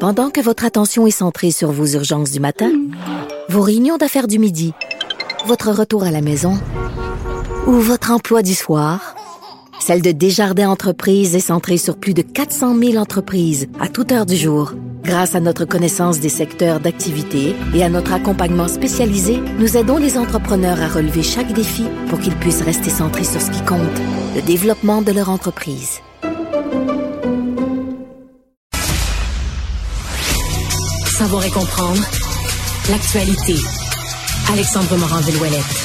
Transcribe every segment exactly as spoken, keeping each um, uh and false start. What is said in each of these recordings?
Pendant que votre attention est centrée sur vos urgences du matin, vos réunions d'affaires du midi, votre retour à la maison ou votre emploi du soir, celle de Desjardins Entreprises est centrée sur plus de quatre cent mille entreprises à toute heure du jour. Grâce à notre connaissance des secteurs d'activité et à notre accompagnement spécialisé, nous aidons les entrepreneurs à relever chaque défi pour qu'ils puissent rester centrés sur ce qui compte, le développement de leur entreprise. Savoir et comprendre l'actualité. Alexandre Morin-Villouellette.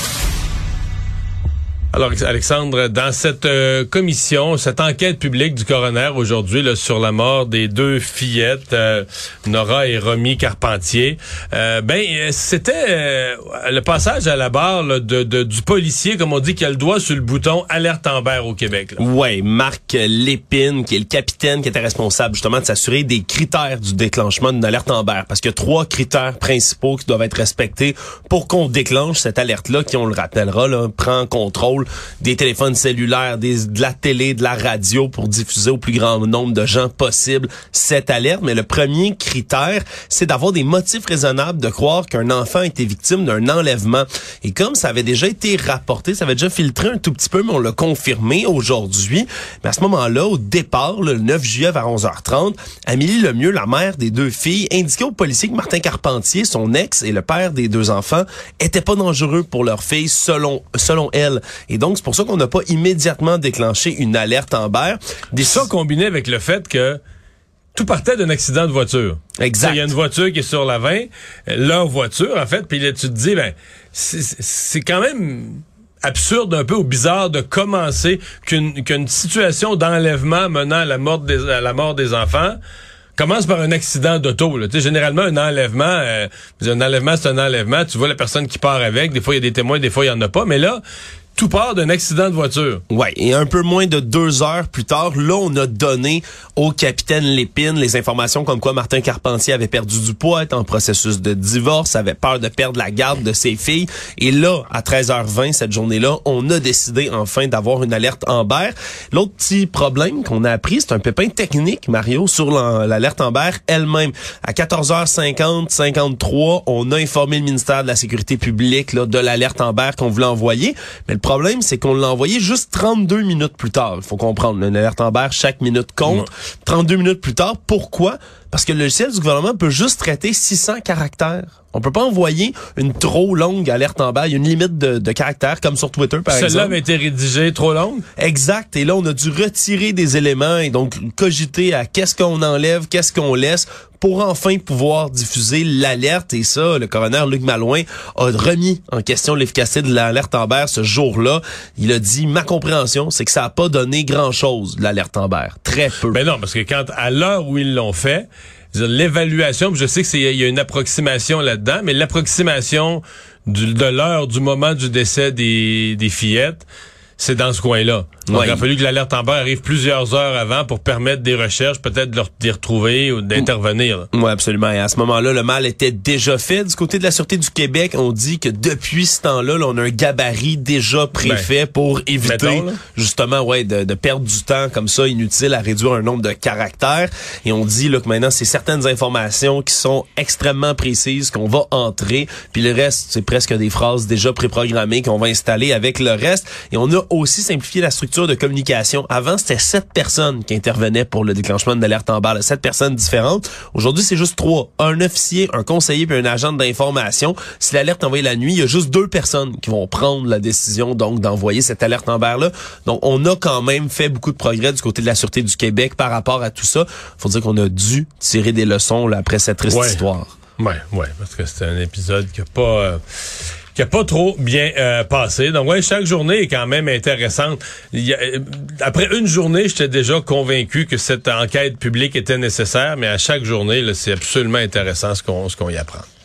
Alors, Alexandre, dans cette euh, commission, cette enquête publique du coroner aujourd'hui là, sur la mort des deux fillettes, euh, Nora et Romy Carpentier, euh, ben c'était euh, le passage à la barre là, de, de, du policier, comme on dit, qui a le doigt sur le bouton alerte Amber au Québec. Là. Ouais, Marc Lépine, qui est le capitaine qui était responsable justement de s'assurer des critères du déclenchement d'une alerte Amber, parce qu'il y a trois critères principaux qui doivent être respectés pour qu'on déclenche cette alerte-là, qui, on le rappellera, là, prend contrôle des téléphones cellulaires, des, de la télé, de la radio pour diffuser au plus grand nombre de gens possible cette alerte. Mais le premier critère, c'est d'avoir des motifs raisonnables de croire qu'un enfant a été victime d'un enlèvement. Et comme ça avait déjà été rapporté, ça avait déjà filtré un tout petit peu, mais on l'a confirmé aujourd'hui. Mais à ce moment-là, au départ, le neuf juillet vers onze heures trente, Amélie Lemieux, la mère des deux filles, indiquait aux policiers que Martin Carpentier, son ex et le père des deux enfants, étaient pas dangereux pour leur fille selon, selon elle. Et donc, c'est pour ça qu'on n'a pas immédiatement déclenché une alerte Amber. Des ça combiné avec le fait que tout partait d'un accident de voiture. Exact. Il y a une voiture qui est sur la vingt, leur voiture, en fait, puis là, tu te dis, ben, c'est, c'est quand même absurde un peu ou bizarre de commencer qu'une, qu'une situation d'enlèvement menant à la mort des, à la mort des enfants commence par un accident d'auto. Là. Tu sais, généralement, un enlèvement, euh, un enlèvement, c'est un enlèvement. Tu vois la personne qui part avec. Des fois, il y a des témoins, des fois, il y en a pas. Mais là, tout part d'un accident de voiture. Ouais, et un peu moins de deux heures plus tard, là, on a donné au capitaine Lépine les informations comme quoi Martin Carpentier avait perdu du poids, était en processus de divorce, avait peur de perdre la garde de ses filles. Et là, à treize heures vingt, cette journée-là, on a décidé enfin d'avoir une alerte Amber. L'autre petit problème qu'on a appris, c'est un pépin technique, Mario, sur l'alerte Amber elle-même. À quatorze heures cinquante, cinquante-trois, on a informé le ministère de la Sécurité publique là, de l'alerte Amber qu'on voulait envoyer. Mais le problème, c'est qu'on l'a envoyé juste trente-deux minutes plus tard. Il faut comprendre, une alerte Amber, chaque minute compte. Ouais. trente-deux minutes plus tard, pourquoi? Parce que le logiciel du gouvernement peut juste traiter six cents caractères. On peut pas envoyer une trop longue alerte Amber. Il y a une limite de, de caractères, comme sur Twitter, par Celle-là exemple. Celle-là avait été rédigée trop longue? Exact. Et là, on a dû retirer des éléments et donc cogiter à qu'est-ce qu'on enlève, qu'est-ce qu'on laisse pour enfin pouvoir diffuser l'alerte. Et ça, le coroner Luc Malouin a remis en question l'efficacité de l'alerte Amber ce jour-là. Il a dit, ma compréhension, c'est que ça a pas donné grand-chose, l'alerte Amber. Très peu. Ben non, parce que quand, à l'heure où ils l'ont fait, l'évaluation, je sais que c'est il y a une approximation là-dedans, mais l'approximation du, de l'heure du moment du décès des, des fillettes, c'est dans ce coin-là. Donc, ouais. Il a fallu que l'alerte Amber arrive plusieurs heures avant pour permettre des recherches, peut-être de les retrouver ou d'intervenir. Oui, absolument. Et à ce moment-là, le mal était déjà fait. Du côté de la Sûreté du Québec, on dit que depuis ce temps-là, là, on a un gabarit déjà préfait ben, pour éviter, mettons, justement, ouais, de, de perdre du temps comme ça, inutile à réduire un nombre de caractères. Et on dit là que maintenant, c'est certaines informations qui sont extrêmement précises qu'on va entrer. Puis le reste, c'est presque des phrases déjà préprogrammées qu'on va installer avec le reste. Et on a aussi simplifié la structure de communication. Avant, c'était sept personnes qui intervenaient pour le déclenchement de l'alerte Amber. Là, sept personnes différentes. Aujourd'hui, c'est juste trois. Un officier, un conseiller puis un agent d'information. Si l'alerte est envoyée la nuit, il y a juste deux personnes qui vont prendre la décision donc d'envoyer cette alerte Amber-là. Donc, on a quand même fait beaucoup de progrès du côté de la Sûreté du Québec par rapport à tout ça. Faut dire qu'on a dû tirer des leçons là, après cette triste ouais. histoire. Ouais, ouais, parce que c'était un épisode qui a pas... Euh... qui a pas trop bien euh, passé. Donc, ouais, chaque journée est quand même intéressante. Il y a, euh, après une journée, j'étais déjà convaincu que cette enquête publique était nécessaire, mais à chaque journée, là, c'est absolument intéressant ce qu'on, ce qu'on y apprend.